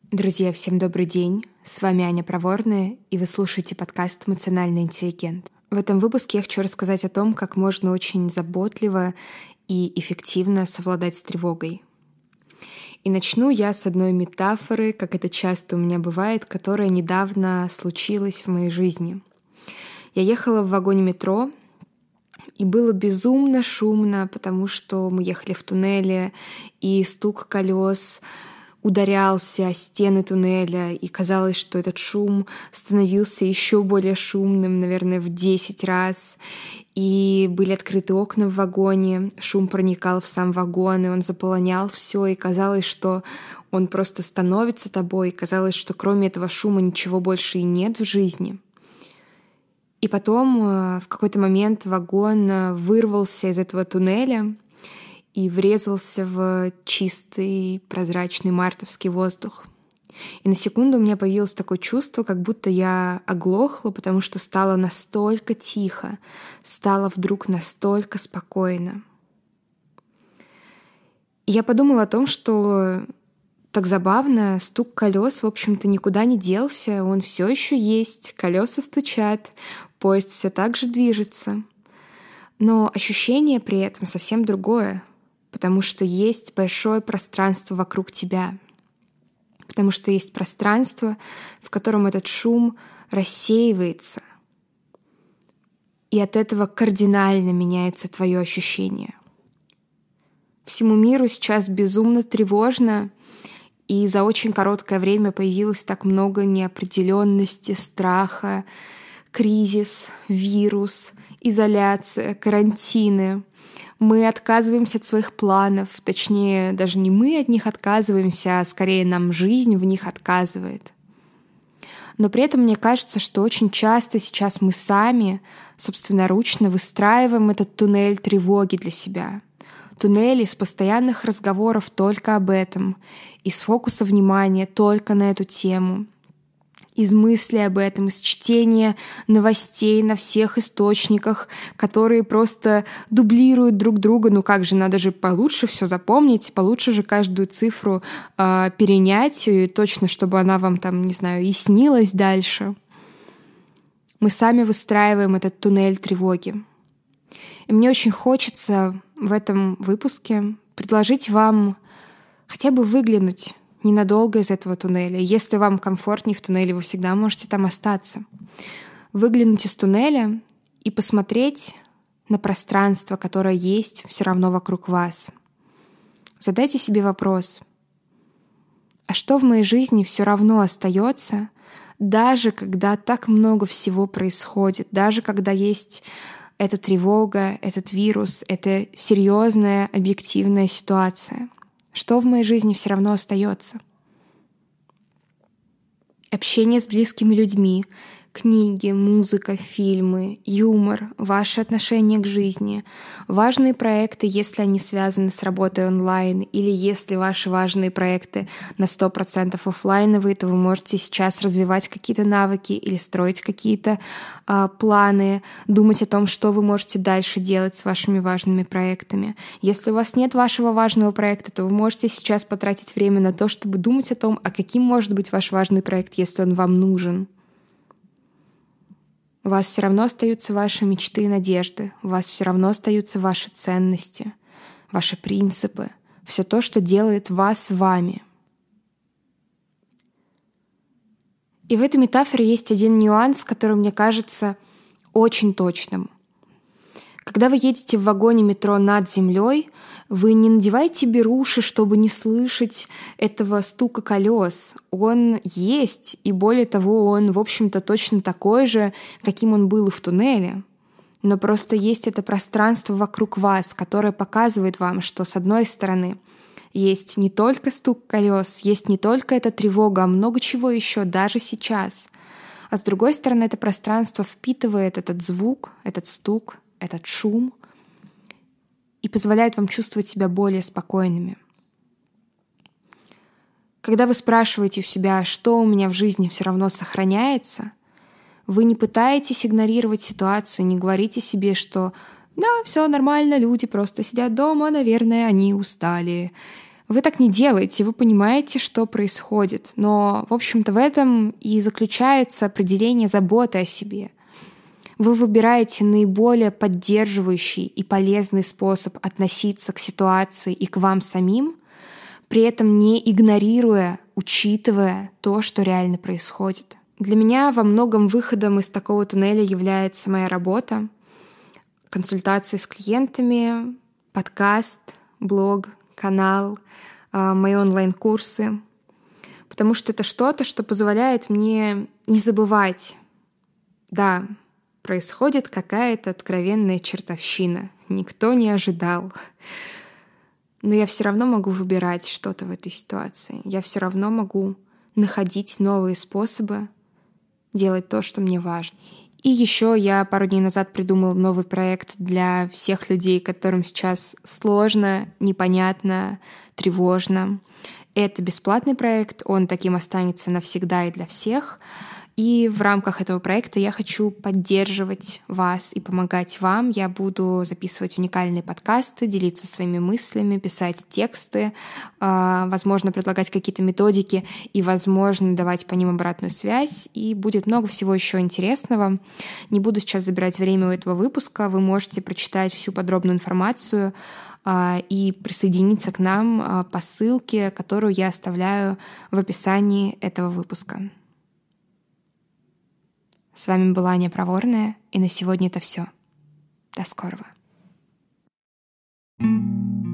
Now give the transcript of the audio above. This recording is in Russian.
Друзья, всем добрый день. С вами Аня Проворная, и вы слушаете подкаст «Эмоциональный интеллигент». В этом выпуске я хочу рассказать о том, как можно очень заботливо и эффективно совладать с тревогой. И начну я с одной метафоры, как это часто у меня бывает, которая недавно случилась в моей жизни. Я ехала в вагоне метро, и было безумно шумно, потому что мы ехали в туннеле, и стук колес ударялся о стены туннеля, и казалось, что этот шум становился еще более шумным, наверное, в 10 раз. И были открыты окна в вагоне, шум проникал в сам вагон, и он заполонял все, и казалось, что он просто становится тобой, и казалось, что кроме этого шума ничего больше и нет в жизни. И потом в какой-то момент вагон вырвался из этого туннеля и врезался в чистый, прозрачный мартовский воздух. И на секунду у меня появилось такое чувство, как будто я оглохла, потому что стало настолько тихо, стало вдруг настолько спокойно. И я подумала о том, что так забавно, стук колес, в общем-то, никуда не делся, он все еще есть, колеса стучат, поезд все так же движется. Но ощущение при этом совсем другое, потому что есть большое пространство вокруг тебя, потому что есть пространство, в котором этот шум рассеивается, и от этого кардинально меняется твое ощущение. Всему миру сейчас безумно тревожно, и за очень короткое время появилось так много неопределенности, страха, кризис, вирус, изоляция, карантины. Мы отказываемся от своих планов, точнее, даже не мы от них отказываемся, а скорее нам жизнь в них отказывает. Но при этом мне кажется, что очень часто сейчас мы сами собственноручно выстраиваем этот туннель тревоги для себя. Туннель из постоянных разговоров только об этом, из фокуса внимания только на эту тему, из мыслей об этом, из чтения новостей на всех источниках, которые просто дублируют друг друга. Ну как же, надо же получше все запомнить, получше же каждую цифру перенять, и точно, чтобы она вам там, не знаю, и снилась дальше. Мы сами выстраиваем этот туннель тревоги. И мне очень хочется в этом выпуске предложить вам хотя бы выглянуть ненадолго из этого туннеля. Если вам комфортнее в туннеле, вы всегда можете там остаться. Выглянуть из туннеля и посмотреть на пространство, которое есть все равно вокруг вас. Задайте себе вопрос: а что в моей жизни все равно остается, даже когда так много всего происходит, даже когда есть эта тревога, этот вирус, эта серьезная объективная ситуация? Что в моей жизни все равно остается? Общение с близкими людьми, книги, музыка, фильмы, юмор, ваши отношения к жизни, важные проекты, если они связаны с работой онлайн, или если ваши важные проекты на 100% офлайновые, то вы можете сейчас развивать какие-то навыки или строить какие-то планы, думать о том, что вы можете дальше делать с вашими важными проектами. Если у вас нет вашего важного проекта, то вы можете сейчас потратить время на то, чтобы думать о том, а каким может быть ваш важный проект, если он вам нужен. У вас все равно остаются ваши мечты и надежды, у вас все равно остаются ваши ценности, ваши принципы, все то, что делает вас вами. И в этой метафоре есть один нюанс, который мне кажется очень точным. Когда вы едете в вагоне метро над землей, вы не надеваете беруши, чтобы не слышать этого стука колес. Он есть, и более того, он, в общем-то, точно такой же, каким он был и в туннеле. Но просто есть это пространство вокруг вас, которое показывает вам, что, с одной стороны, есть не только стук колес, есть не только эта тревога, а много чего еще, даже сейчас. А с другой стороны, это пространство впитывает этот звук, этот стук, этот шум и позволяет вам чувствовать себя более спокойными. Когда вы спрашиваете у себя, что у меня в жизни все равно сохраняется, вы не пытаетесь игнорировать ситуацию, не говорите себе, что да, все нормально, люди просто сидят дома, наверное, они устали. Вы так не делаете, вы понимаете, что происходит. Но, в общем-то, в этом и заключается определение заботы о себе. Вы выбираете наиболее поддерживающий и полезный способ относиться к ситуации и к вам самим, при этом не игнорируя, учитывая то, что реально происходит. Для меня во многом выходом из такого туннеля является моя работа, консультации с клиентами, подкаст, блог, канал, мои онлайн-курсы, потому что это что-то, что позволяет мне не забывать. Да, происходит какая-то откровенная чертовщина, никто не ожидал. Но я все равно могу выбирать что-то в этой ситуации. Я все равно могу находить новые способы делать то, что мне важно. И еще я пару дней назад придумала новый проект для всех людей, которым сейчас сложно, непонятно, тревожно. Это бесплатный проект, он таким останется навсегда и для всех. И в рамках этого проекта я хочу поддерживать вас и помогать вам. Я буду записывать уникальные подкасты, делиться своими мыслями, писать тексты, возможно, предлагать какие-то методики и, возможно, давать по ним обратную связь. И будет много всего еще интересного. Не буду сейчас забирать время у этого выпуска. Вы можете прочитать всю подробную информацию и присоединиться к нам по ссылке, которую я оставляю в описании этого выпуска. С вами была Аня Проворная, и на сегодня это все. До скорого.